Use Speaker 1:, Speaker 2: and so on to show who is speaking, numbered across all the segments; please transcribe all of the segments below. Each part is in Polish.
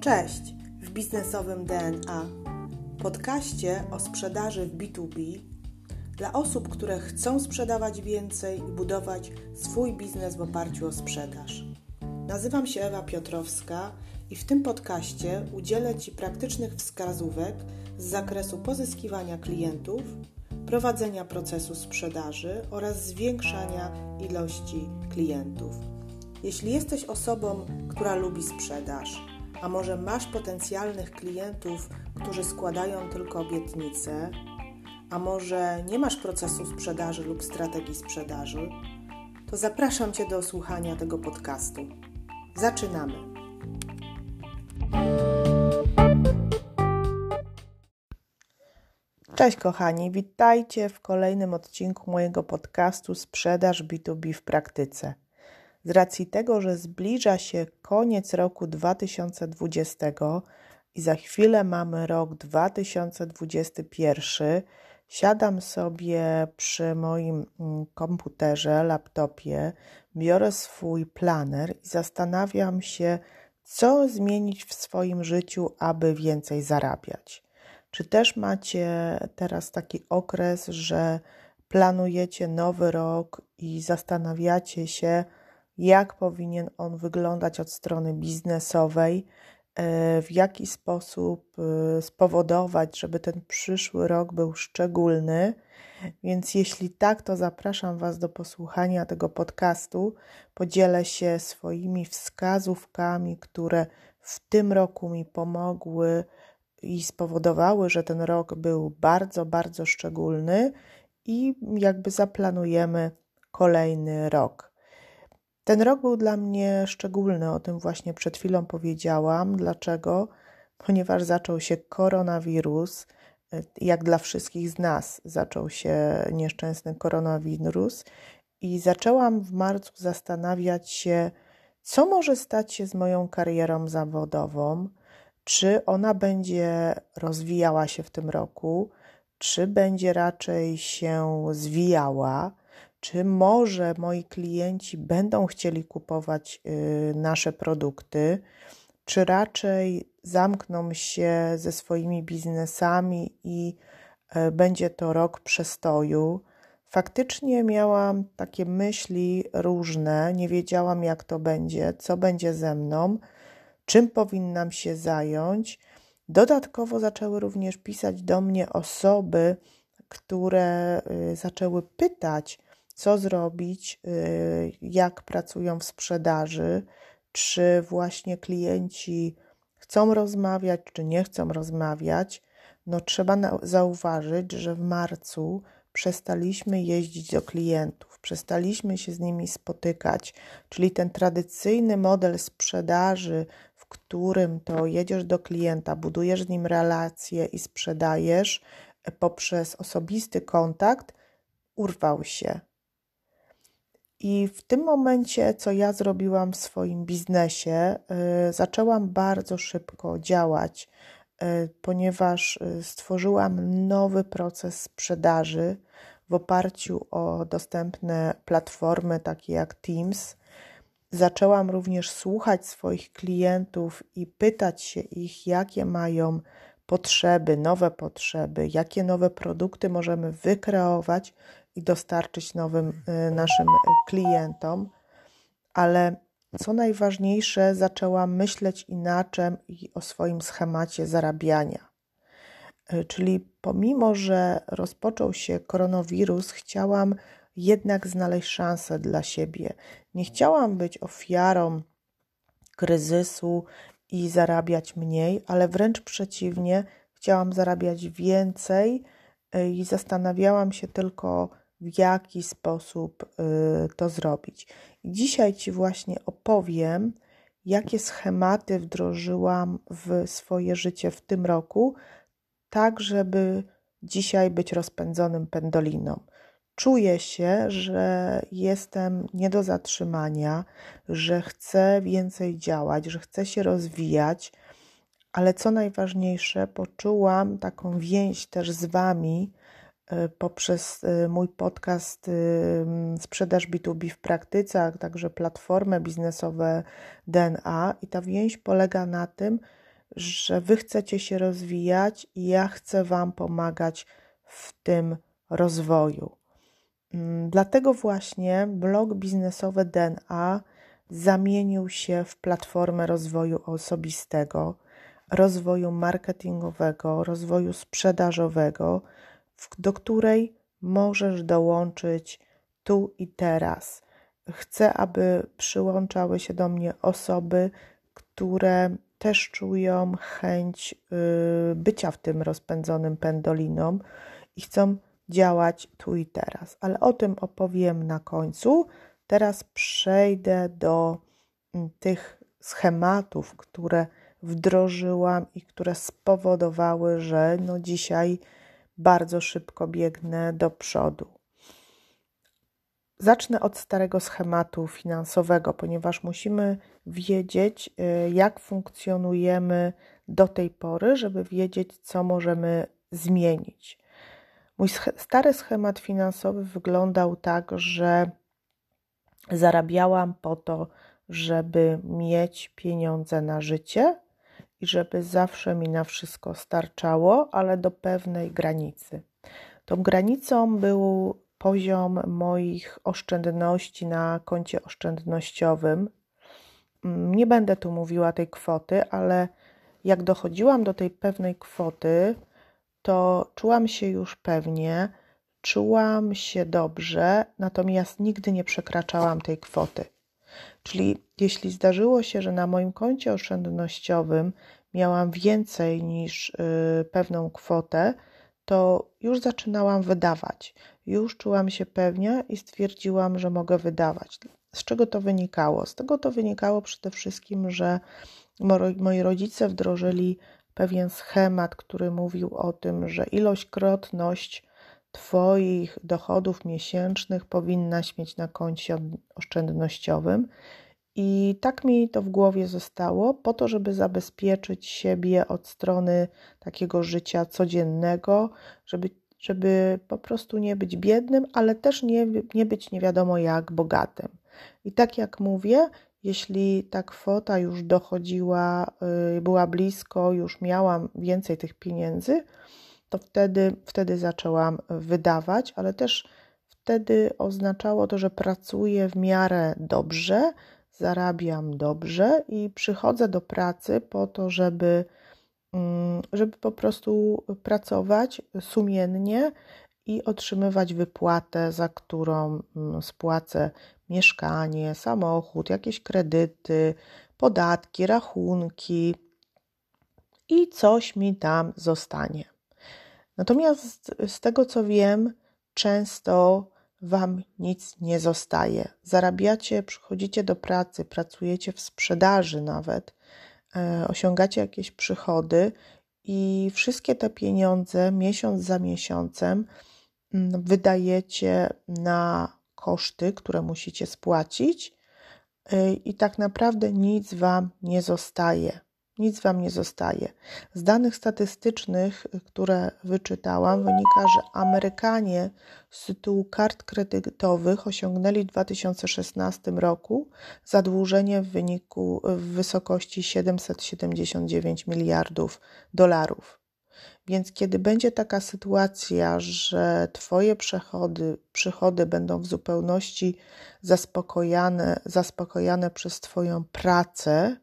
Speaker 1: Cześć w biznesowym DNA, podcaście o sprzedaży w B2B dla osób, które chcą sprzedawać więcej i budować swój biznes w oparciu o sprzedaż. Nazywam się Ewa Piotrowska i w tym podcaście udzielę Ci praktycznych wskazówek z zakresu pozyskiwania klientów, prowadzenia procesu sprzedaży oraz zwiększania ilości klientów. Jeśli jesteś osobą, która lubi sprzedaż, a może masz potencjalnych klientów, którzy składają tylko obietnice, a może nie masz procesu sprzedaży lub strategii sprzedaży, to zapraszam Cię do słuchania tego podcastu. Zaczynamy! Cześć kochani, witajcie w kolejnym odcinku mojego podcastu Sprzedaż B2B w praktyce. Z racji tego, że zbliża się koniec roku 2020 i za chwilę mamy rok 2021, siadam sobie przy moim komputerze, laptopie, biorę swój planer i zastanawiam się, co zmienić w swoim życiu, aby więcej zarabiać. Czy też macie teraz taki okres, że planujecie nowy rok i zastanawiacie się, jak powinien on wyglądać od strony biznesowej, w jaki sposób spowodować, żeby ten przyszły rok był szczególny. Więc jeśli tak, to zapraszam Was do posłuchania tego podcastu. Podzielę się swoimi wskazówkami, które w tym roku mi pomogły i spowodowały, że ten rok był bardzo, bardzo szczególny i jakby zaplanujemy kolejny rok. Ten rok był dla mnie szczególny, o tym właśnie przed chwilą powiedziałam. Dlaczego? Ponieważ zaczął się koronawirus, jak dla wszystkich z nas zaczął się nieszczęsny koronawirus i zaczęłam w marcu zastanawiać się, co może stać się z moją karierą zawodową, czy ona będzie rozwijała się w tym roku, czy będzie raczej się zwijała, czy może moi klienci będą chcieli kupować nasze produkty, czy raczej zamkną się ze swoimi biznesami i będzie to rok przestoju. Faktycznie miałam takie myśli różne, nie wiedziałam jak to będzie, co będzie ze mną, czym powinnam się zająć. Dodatkowo zaczęły również pisać do mnie osoby, które zaczęły pytać, co zrobić, jak pracują w sprzedaży, czy właśnie klienci chcą rozmawiać, czy nie chcą rozmawiać. No trzeba zauważyć, że w marcu przestaliśmy jeździć do klientów, przestaliśmy się z nimi spotykać, czyli ten tradycyjny model sprzedaży, w którym to jedziesz do klienta, budujesz z nim relacje i sprzedajesz poprzez osobisty kontakt, urwał się. I w tym momencie, co ja zrobiłam w swoim biznesie, zaczęłam bardzo szybko działać, ponieważ stworzyłam nowy proces sprzedaży w oparciu o dostępne platformy takie jak Teams. Zaczęłam również słuchać swoich klientów i pytać się ich, jakie mają potrzeby, jakie nowe produkty możemy wykreować i dostarczyć nowym naszym klientom. Ale co najważniejsze, zaczęłam myśleć inaczej i o swoim schemacie zarabiania. Czyli pomimo, że rozpoczął się koronawirus, chciałam jednak znaleźć szansę dla siebie. Nie chciałam być ofiarą kryzysu i zarabiać mniej, ale wręcz przeciwnie, chciałam zarabiać więcej i zastanawiałam się tylko, w jaki sposób to zrobić. I dzisiaj Ci właśnie opowiem, jakie schematy wdrożyłam w swoje życie w tym roku, tak żeby dzisiaj być rozpędzonym pendoliną. Czuję się, że jestem nie do zatrzymania, że chcę więcej działać, że chcę się rozwijać, ale co najważniejsze, poczułam taką więź też z Wami poprzez mój podcast Sprzedaż B2B w praktyce, a także platformę biznesowe DNA i ta więź polega na tym, że Wy chcecie się rozwijać i ja chcę Wam pomagać w tym rozwoju. Dlatego właśnie blog biznesowy DNA zamienił się w platformę rozwoju osobistego, rozwoju marketingowego, rozwoju sprzedażowego, do której możesz dołączyć tu i teraz. Chcę, aby przyłączały się do mnie osoby, które też czują chęć bycia w tym rozpędzonym pendolinom i chcą działać tu i teraz. Ale o tym opowiem na końcu. Teraz przejdę do tych schematów, które wdrożyłam i które spowodowały, że dzisiaj bardzo szybko biegnę do przodu. Zacznę od starego schematu finansowego, ponieważ musimy wiedzieć, jak funkcjonujemy do tej pory, żeby wiedzieć, co możemy zmienić. Mój stary schemat finansowy wyglądał tak, że zarabiałam po to, żeby mieć pieniądze na życie i żeby zawsze mi na wszystko starczało, ale do pewnej granicy. Tą granicą był poziom moich oszczędności na koncie oszczędnościowym. Nie będę tu mówiła tej kwoty, ale jak dochodziłam do tej pewnej kwoty, to czułam się już pewnie, czułam się dobrze, natomiast nigdy nie przekraczałam tej kwoty. Czyli jeśli zdarzyło się, że na moim koncie oszczędnościowym miałam więcej niż pewną kwotę, to już zaczynałam wydawać. Już czułam się pewnie i stwierdziłam, że mogę wydawać. Z czego to wynikało? Z tego to wynikało przede wszystkim, że moi rodzice wdrożyli pewien schemat, który mówił o tym, że ilośkrotność Twoich dochodów miesięcznych powinnaś mieć na koncie oszczędnościowym. I tak mi to w głowie zostało, po to, żeby zabezpieczyć siebie od strony takiego życia codziennego, żeby po prostu nie być biednym, ale też nie być nie wiadomo jak bogatym. I tak jak mówię, jeśli ta kwota już dochodziła, była blisko, już miałam więcej tych pieniędzy, to wtedy zaczęłam wydawać, ale też wtedy oznaczało to, że pracuję w miarę dobrze, zarabiam dobrze i przychodzę do pracy po to, żeby po prostu pracować sumiennie i otrzymywać wypłatę, za którą spłacę mieszkanie, samochód, jakieś kredyty, podatki, rachunki i coś mi tam zostanie. Natomiast z tego co wiem, często Wam nic nie zostaje. Zarabiacie, przychodzicie do pracy, pracujecie w sprzedaży nawet, osiągacie jakieś przychody i wszystkie te pieniądze miesiąc za miesiącem wydajecie na koszty, które musicie spłacić i tak naprawdę nic Wam nie zostaje. Nic Wam nie zostaje. Z danych statystycznych, które wyczytałam, wynika, że Amerykanie z tytułu kart kredytowych osiągnęli w 2016 roku zadłużenie w wysokości 779 miliardów dolarów. Więc kiedy będzie taka sytuacja, że Twoje przychody będą w zupełności zaspokojone przez Twoją pracę,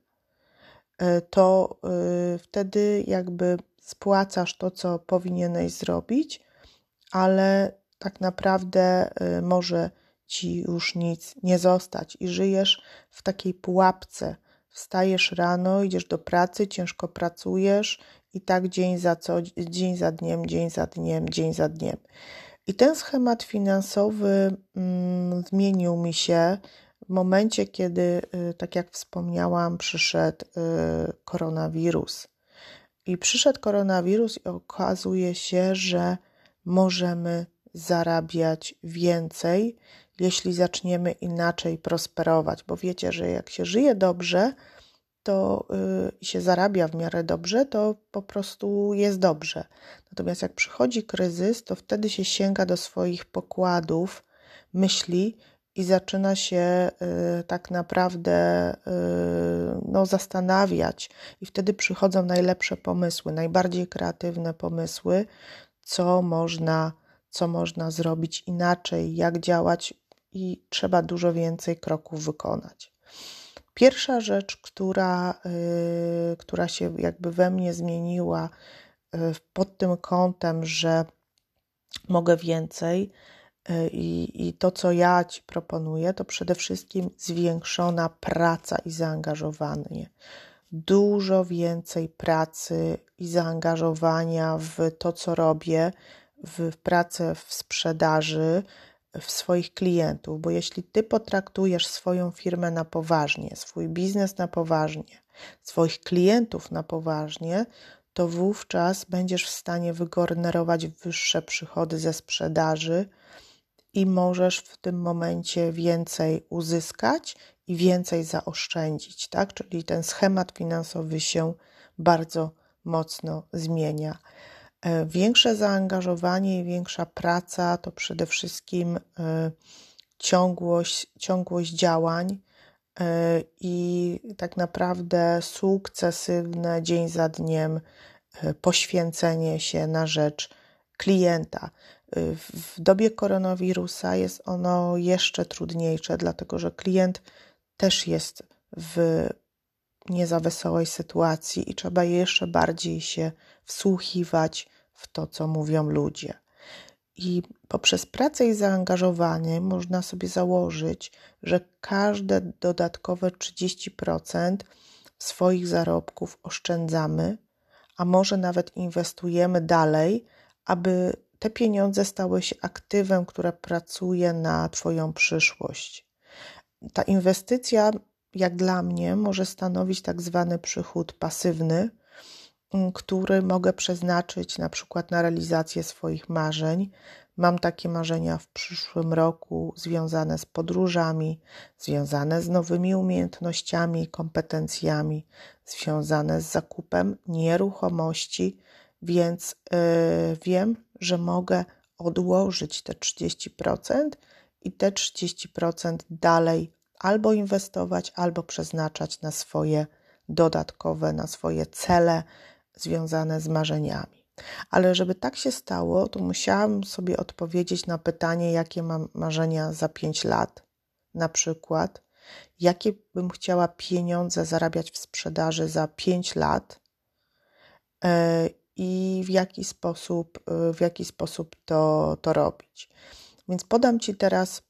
Speaker 1: to wtedy jakby spłacasz to, co powinieneś zrobić, ale tak naprawdę może Ci już nic nie zostać i żyjesz w takiej pułapce. Wstajesz rano, idziesz do pracy, ciężko pracujesz i tak dzień za dniem, dzień za dniem. I ten schemat finansowy zmienił mi się w momencie, kiedy, tak jak wspomniałam, przyszedł koronawirus. I przyszedł koronawirus i okazuje się, że możemy zarabiać więcej, jeśli zaczniemy inaczej prosperować. Bo wiecie, że jak się żyje dobrze, to się zarabia w miarę dobrze, to po prostu jest dobrze. Natomiast jak przychodzi kryzys, to wtedy się sięga do swoich pokładów, myśli i zaczyna się tak naprawdę zastanawiać i wtedy przychodzą najlepsze pomysły, najbardziej kreatywne pomysły, co można zrobić inaczej, jak działać i trzeba dużo więcej kroków wykonać. Pierwsza rzecz, która się jakby we mnie zmieniła pod tym kątem, że mogę więcej i to, co ja Ci proponuję, to przede wszystkim zwiększona praca i zaangażowanie. Dużo więcej pracy i zaangażowania w to, co robię, w pracę w sprzedaży, w swoich klientów, bo jeśli Ty potraktujesz swoją firmę na poważnie, swój biznes na poważnie, swoich klientów na poważnie, to wówczas będziesz w stanie wygenerować wyższe przychody ze sprzedaży i możesz w tym momencie więcej uzyskać i więcej zaoszczędzić, tak? Czyli ten schemat finansowy się bardzo mocno zmienia. Większe zaangażowanie i większa praca to przede wszystkim ciągłość działań i tak naprawdę sukcesywne dzień za dniem poświęcenie się na rzecz klienta. W dobie koronawirusa jest ono jeszcze trudniejsze, dlatego że klient też jest w nie za wesołej sytuacji i trzeba jeszcze bardziej się wsłuchiwać w to, co mówią ludzie. I poprzez pracę i zaangażowanie można sobie założyć, że każde dodatkowe 30% swoich zarobków oszczędzamy, a może nawet inwestujemy dalej, aby te pieniądze stały się aktywem, które pracuje na Twoją przyszłość. Ta inwestycja, jak dla mnie, może stanowić tak zwany przychód pasywny, który mogę przeznaczyć na przykład na realizację swoich marzeń. Mam takie marzenia w przyszłym roku związane z podróżami, związane z nowymi umiejętnościami i kompetencjami, związane z zakupem nieruchomości, więc wiem, że mogę odłożyć te 30% i te 30% dalej albo inwestować, albo przeznaczać na swoje dodatkowe, na swoje cele związane z marzeniami. Ale żeby tak się stało, to musiałam sobie odpowiedzieć na pytanie, jakie mam marzenia za 5 lat. Na przykład, jakie bym chciała pieniądze zarabiać w sprzedaży za 5 lat i w jaki sposób to robić. Więc podam Ci teraz,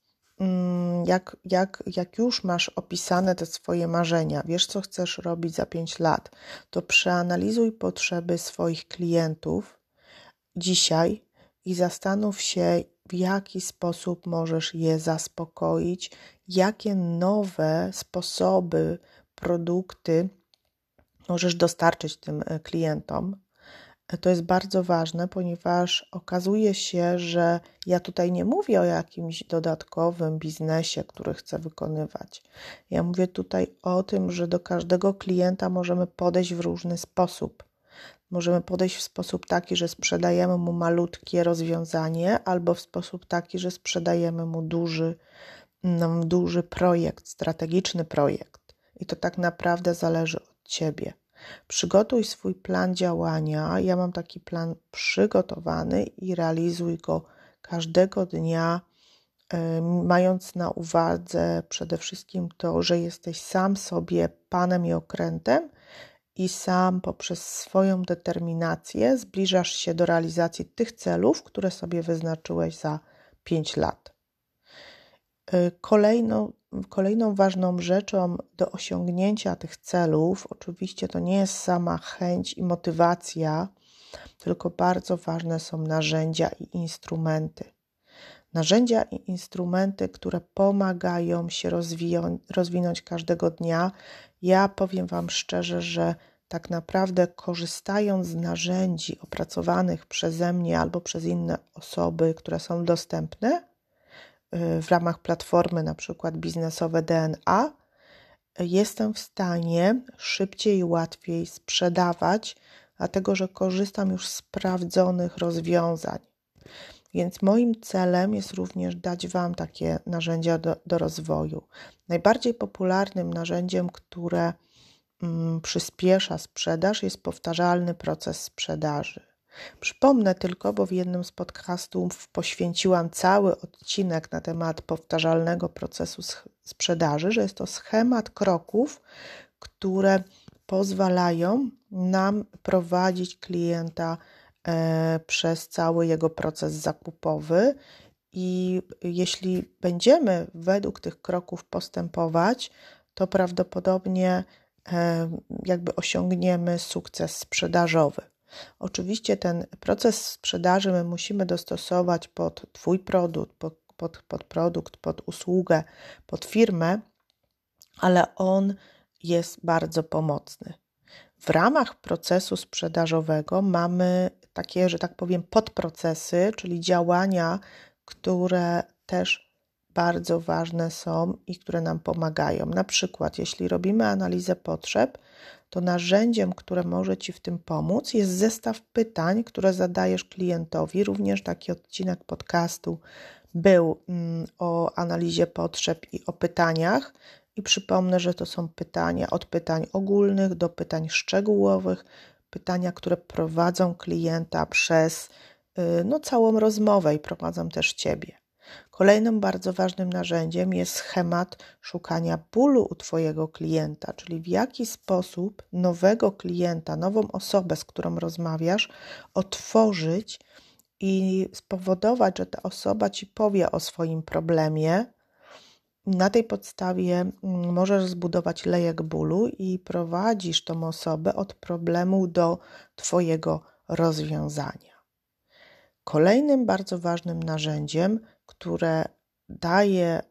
Speaker 1: jak już masz opisane te swoje marzenia, wiesz, co chcesz robić za 5 lat, to przeanalizuj potrzeby swoich klientów dzisiaj i zastanów się, w jaki sposób możesz je zaspokoić, jakie nowe sposoby, produkty możesz dostarczyć tym klientom. To jest bardzo ważne, ponieważ okazuje się, że ja tutaj nie mówię o jakimś dodatkowym biznesie, który chcę wykonywać. Ja mówię tutaj o tym, że do każdego klienta możemy podejść w różny sposób. Możemy podejść w sposób taki, że sprzedajemy mu malutkie rozwiązanie, albo w sposób taki, że sprzedajemy mu duży projekt, strategiczny projekt. I to tak naprawdę zależy od Ciebie. Przygotuj swój plan działania. Ja mam taki plan przygotowany i realizuj go każdego dnia, mając na uwadze przede wszystkim to, że jesteś sam sobie panem i okrętem i sam poprzez swoją determinację zbliżasz się do realizacji tych celów, które sobie wyznaczyłeś za 5 lat. Kolejną ważną rzeczą do osiągnięcia tych celów, oczywiście to nie jest sama chęć i motywacja, tylko bardzo ważne są narzędzia i instrumenty. Narzędzia i instrumenty, które pomagają się rozwinąć każdego dnia. Ja powiem Wam szczerze, że tak naprawdę korzystając z narzędzi opracowanych przeze mnie albo przez inne osoby, które są dostępne, w ramach platformy na przykład biznesowe DNA, jestem w stanie szybciej i łatwiej sprzedawać, dlatego że korzystam już z sprawdzonych rozwiązań. Więc moim celem jest również dać Wam takie narzędzia do rozwoju. Najbardziej popularnym narzędziem, które przyspiesza sprzedaż, jest powtarzalny proces sprzedaży. Przypomnę tylko, bo w jednym z podcastów poświęciłam cały odcinek na temat powtarzalnego procesu sprzedaży, że jest to schemat kroków, które pozwalają nam prowadzić klienta przez cały jego proces zakupowy i jeśli będziemy według tych kroków postępować, to prawdopodobnie jakby osiągniemy sukces sprzedażowy. Oczywiście ten proces sprzedaży my musimy dostosować pod Twój produkt, pod produkt, pod usługę, pod firmę, ale on jest bardzo pomocny. W ramach procesu sprzedażowego mamy takie, że tak powiem, podprocesy, czyli działania, które też bardzo ważne są i które nam pomagają. Na przykład, jeśli robimy analizę potrzeb, to narzędziem, które może Ci w tym pomóc, jest zestaw pytań, które zadajesz klientowi. Również taki odcinek podcastu był o analizie potrzeb i o pytaniach. I przypomnę, że to są pytania od pytań ogólnych do pytań szczegółowych, pytania, które prowadzą klienta przez całą rozmowę i prowadzą też Ciebie. Kolejnym bardzo ważnym narzędziem jest schemat szukania bólu u Twojego klienta, czyli w jaki sposób nowego klienta, nową osobę, z którą rozmawiasz, otworzyć i spowodować, że ta osoba Ci powie o swoim problemie. Na tej podstawie możesz zbudować lejek bólu i prowadzisz tą osobę od problemu do Twojego rozwiązania. Kolejnym bardzo ważnym narzędziem, które daje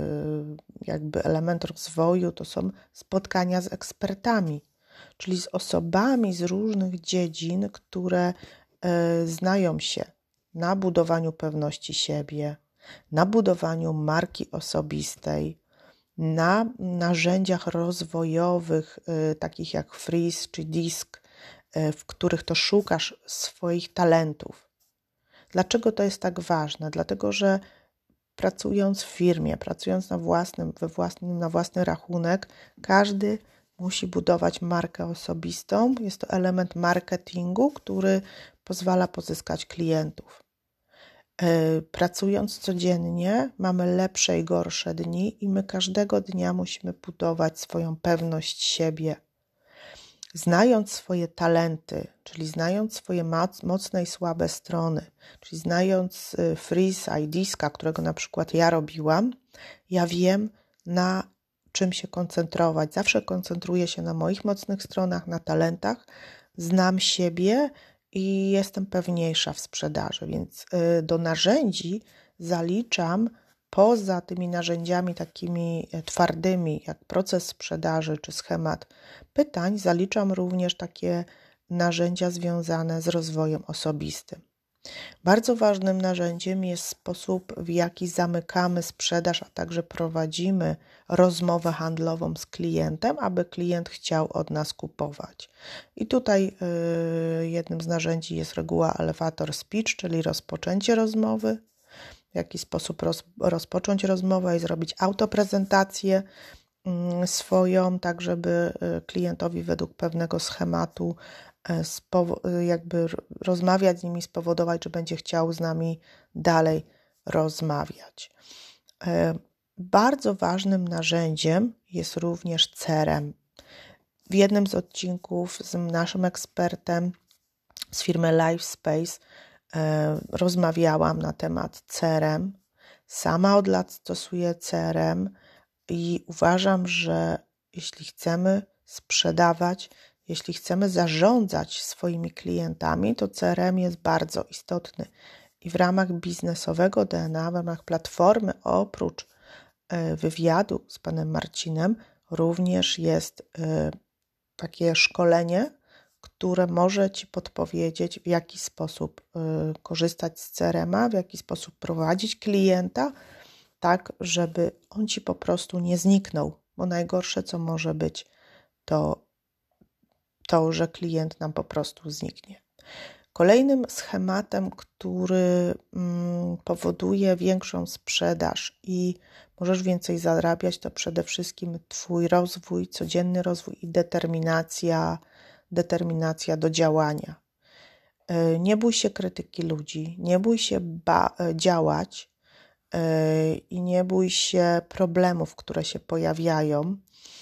Speaker 1: jakby element rozwoju, to są spotkania z ekspertami, czyli z osobami z różnych dziedzin, które znają się na budowaniu pewności siebie, na budowaniu marki osobistej, na narzędziach rozwojowych, takich jak Freeze czy Disk, w których to szukasz swoich talentów. Dlaczego to jest tak ważne? Dlatego, że pracując w firmie, pracując na własny rachunek, każdy musi budować markę osobistą. Jest to element marketingu, który pozwala pozyskać klientów. Pracując codziennie, mamy lepsze i gorsze dni i my każdego dnia musimy budować swoją pewność siebie. Znając swoje talenty, czyli znając swoje mocne i słabe strony, czyli znając Freeza i Diska, którego na przykład ja robiłam, ja wiem, na czym się koncentrować. Zawsze koncentruję się na moich mocnych stronach, na talentach, znam siebie i jestem pewniejsza w sprzedaży, więc do narzędzi zaliczam poza tymi narzędziami takimi twardymi, jak proces sprzedaży czy schemat pytań, zaliczam również takie narzędzia związane z rozwojem osobistym. Bardzo ważnym narzędziem jest sposób, w jaki zamykamy sprzedaż, a także prowadzimy rozmowę handlową z klientem, aby klient chciał od nas kupować. I tutaj jednym z narzędzi jest reguła elevator speech, czyli rozpoczęcie rozmowy. W jaki sposób rozpocząć rozmowę i zrobić autoprezentację swoją, tak żeby klientowi według pewnego schematu jakby rozmawiać z nimi, spowodować, że będzie chciał z nami dalej rozmawiać. Bardzo ważnym narzędziem jest też CRM. W jednym z odcinków z naszym ekspertem z firmy LifeSpace rozmawiałam na temat CRM. Sama od lat stosuję CRM i uważam, że jeśli chcemy sprzedawać, jeśli chcemy zarządzać swoimi klientami, to CRM jest bardzo istotny. I w ramach biznesowego DNA, w ramach platformy, oprócz wywiadu z panem Marcinem, również jest takie szkolenie, które może Ci podpowiedzieć, w jaki sposób korzystać z CRM-a, w jaki sposób prowadzić klienta, tak, żeby on Ci po prostu nie zniknął, bo najgorsze, co może być, to, że klient nam po prostu zniknie. Kolejnym schematem, który powoduje większą sprzedaż i możesz więcej zarabiać, to przede wszystkim Twój rozwój, codzienny rozwój i determinacja do działania. Nie bój się krytyki ludzi, nie bój się działać i nie bój się problemów, które się pojawiają,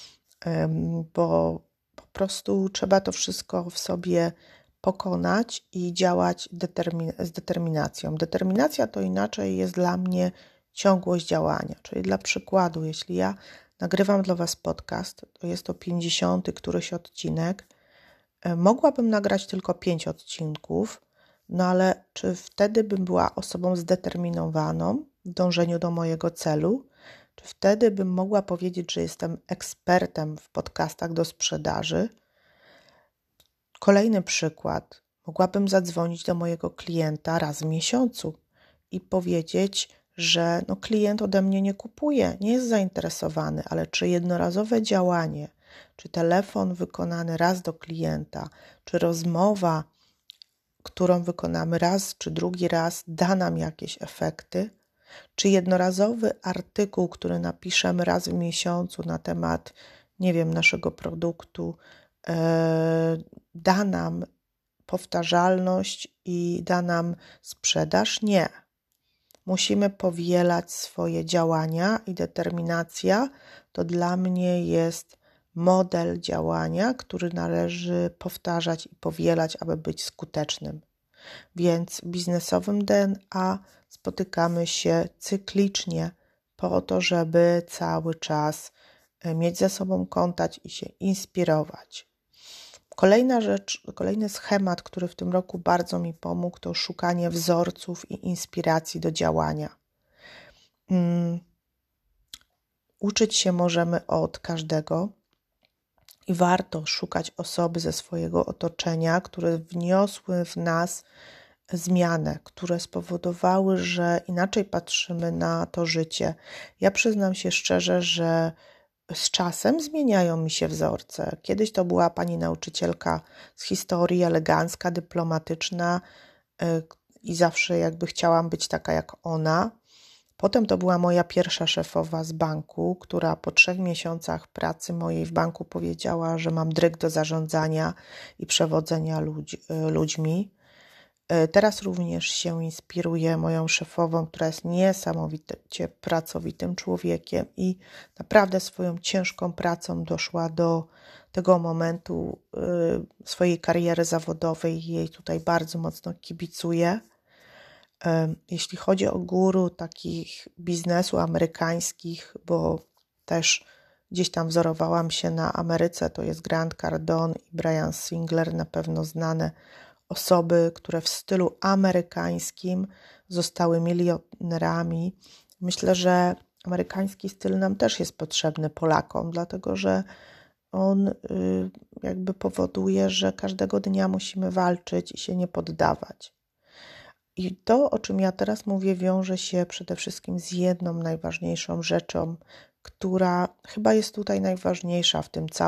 Speaker 1: bo po prostu trzeba to wszystko w sobie pokonać i działać z determinacją. Determinacja to inaczej jest dla mnie ciągłość działania. Czyli dla przykładu, jeśli ja nagrywam dla Was podcast, to jest to 50. któryś odcinek, mogłabym nagrać tylko 5 odcinków, no ale czy wtedy bym była osobą zdeterminowaną w dążeniu do mojego celu? Czy wtedy bym mogła powiedzieć, że jestem ekspertem w podcastach do sprzedaży? Kolejny przykład. Mogłabym zadzwonić do mojego klienta raz w miesiącu i powiedzieć, że klient ode mnie nie kupuje, nie jest zainteresowany, ale czy jednorazowe działanie, czy telefon wykonany raz do klienta, czy rozmowa, którą wykonamy raz czy drugi raz, da nam jakieś efekty, czy jednorazowy artykuł, który napiszemy raz w miesiącu na temat, naszego produktu, da nam powtarzalność i da nam sprzedaż? Nie. Musimy powielać swoje działania i determinacja to dla mnie jest model działania, który należy powtarzać i powielać, aby być skutecznym. Więc w biznesowym DNA spotykamy się cyklicznie po to, żeby cały czas mieć ze sobą kontakt i się inspirować. Kolejna rzecz, kolejny schemat, który w tym roku bardzo mi pomógł, to szukanie wzorców i inspiracji do działania. Uczyć się możemy od każdego i warto szukać osoby ze swojego otoczenia, które wniosły w nas zmianę, które spowodowały, że inaczej patrzymy na to życie. Ja przyznam się szczerze, że z czasem zmieniają mi się wzorce. Kiedyś to była pani nauczycielka z historii, elegancka, dyplomatyczna i zawsze jakby chciałam być taka jak ona. Potem to była moja pierwsza szefowa z banku, która po 3 miesiącach pracy mojej w banku powiedziała, że mam dryg do zarządzania i przewodzenia ludźmi. Teraz również się inspiruję moją szefową, która jest niesamowicie pracowitym człowiekiem i naprawdę swoją ciężką pracą doszła do tego momentu swojej kariery zawodowej i jej tutaj bardzo mocno kibicuję. Jeśli chodzi o guru takich biznesu amerykańskich, bo też gdzieś tam wzorowałam się na Ameryce, to jest Grant Cardone i Brian Singler, na pewno znane osoby, które w stylu amerykańskim zostały milionerami. Myślę, że amerykański styl nam też jest potrzebny Polakom, dlatego że on jakby powoduje, że każdego dnia musimy walczyć i się nie poddawać. I to, o czym ja teraz mówię, wiąże się przede wszystkim z jedną najważniejszą rzeczą, która chyba jest tutaj najważniejsza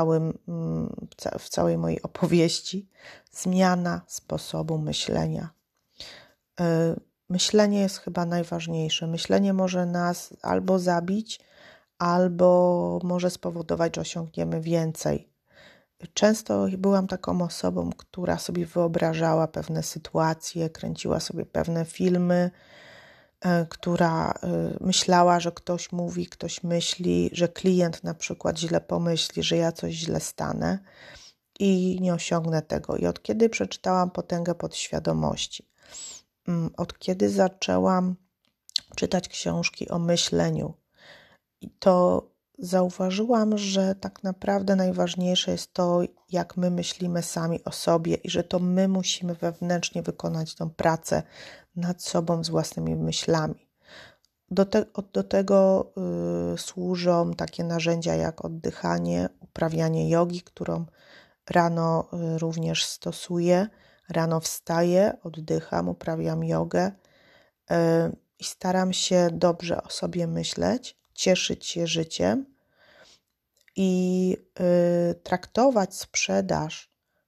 Speaker 1: w całej mojej opowieści. Zmiana sposobu myślenia. Myślenie jest chyba najważniejsze. Myślenie może nas albo zabić, albo może spowodować, że osiągniemy więcej. Często byłam taką osobą, która sobie wyobrażała pewne sytuacje, kręciła sobie pewne filmy, która myślała, że ktoś mówi, ktoś myśli, że klient na przykład źle pomyśli, że ja coś źle stanę i nie osiągnę tego. I od kiedy przeczytałam Potęgę Podświadomości, od kiedy zaczęłam czytać książki o myśleniu, to zauważyłam, że tak naprawdę najważniejsze jest to, jak my myślimy sami o sobie i że to my musimy wewnętrznie wykonać tą pracę nad sobą z własnymi myślami. Do tego służą takie narzędzia jak oddychanie, uprawianie jogi, którą rano również stosuję. Rano wstaję, oddycham, uprawiam jogę i staram się dobrze o sobie myśleć, cieszyć się życiem i traktować sprzedaż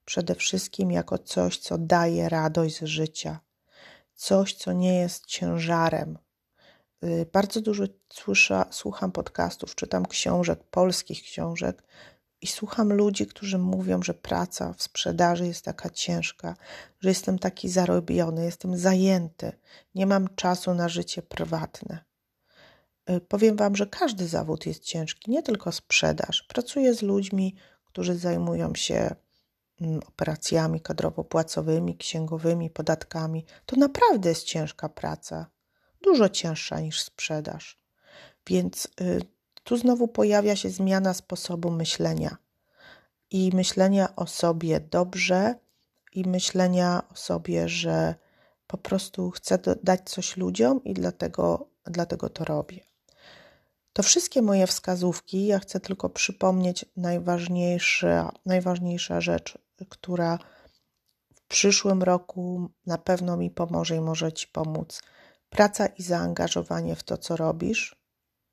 Speaker 1: przede wszystkim jako coś, co daje radość z życia, coś, co nie jest ciężarem. Bardzo dużo słucham podcastów, czytam książek, polskich książek i słucham ludzi, którzy mówią, że praca w sprzedaży jest taka ciężka, że jestem taki zarobiony, jestem zajęty, nie mam czasu na życie prywatne. Powiem Wam, że każdy zawód jest ciężki, nie tylko sprzedaż. Pracuję z ludźmi, którzy zajmują się operacjami kadrowo-płacowymi, księgowymi, podatkami. To naprawdę jest ciężka praca, dużo cięższa niż sprzedaż. Więc tu znowu pojawia się zmiana sposobu myślenia i myślenia o sobie dobrze i myślenia o sobie, że po prostu chcę dać coś ludziom i dlatego to robię. To wszystkie moje wskazówki, ja chcę tylko przypomnieć najważniejsza rzecz, która w przyszłym roku na pewno mi pomoże i może Ci pomóc. Praca i zaangażowanie w to, co robisz.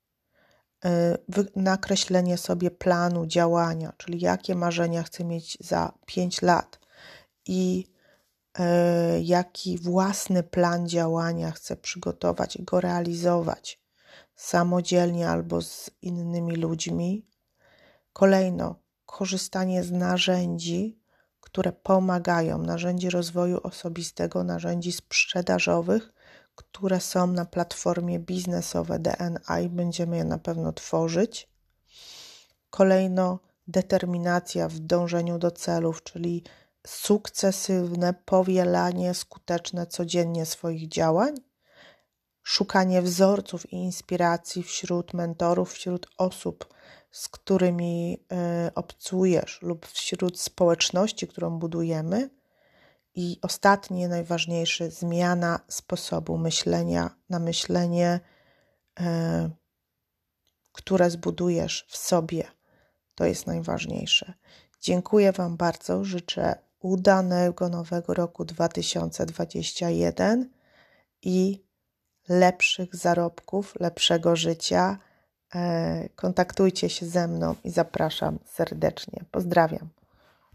Speaker 1: Nakreślenie sobie planu działania, czyli jakie marzenia chcę mieć za 5 lat i jaki własny plan działania chcę przygotować i go realizować samodzielnie albo z innymi ludźmi. Kolejno, korzystanie z narzędzi, które pomagają, narzędzi rozwoju osobistego, narzędzi sprzedażowych, które są na platformie biznesowe DNA i będziemy je na pewno tworzyć. Kolejno, determinacja w dążeniu do celów, czyli sukcesywne powielanie skuteczne codziennie swoich działań. Szukanie wzorców i inspiracji wśród mentorów, wśród osób, z którymi obcujesz lub wśród społeczności, którą budujemy. I ostatnie, najważniejsze, zmiana sposobu myślenia na myślenie, które zbudujesz w sobie. To jest najważniejsze. Dziękuję Wam bardzo. Życzę udanego nowego roku 2021 i lepszych zarobków, lepszego życia. Kontaktujcie się ze mną i zapraszam serdecznie. Pozdrawiam.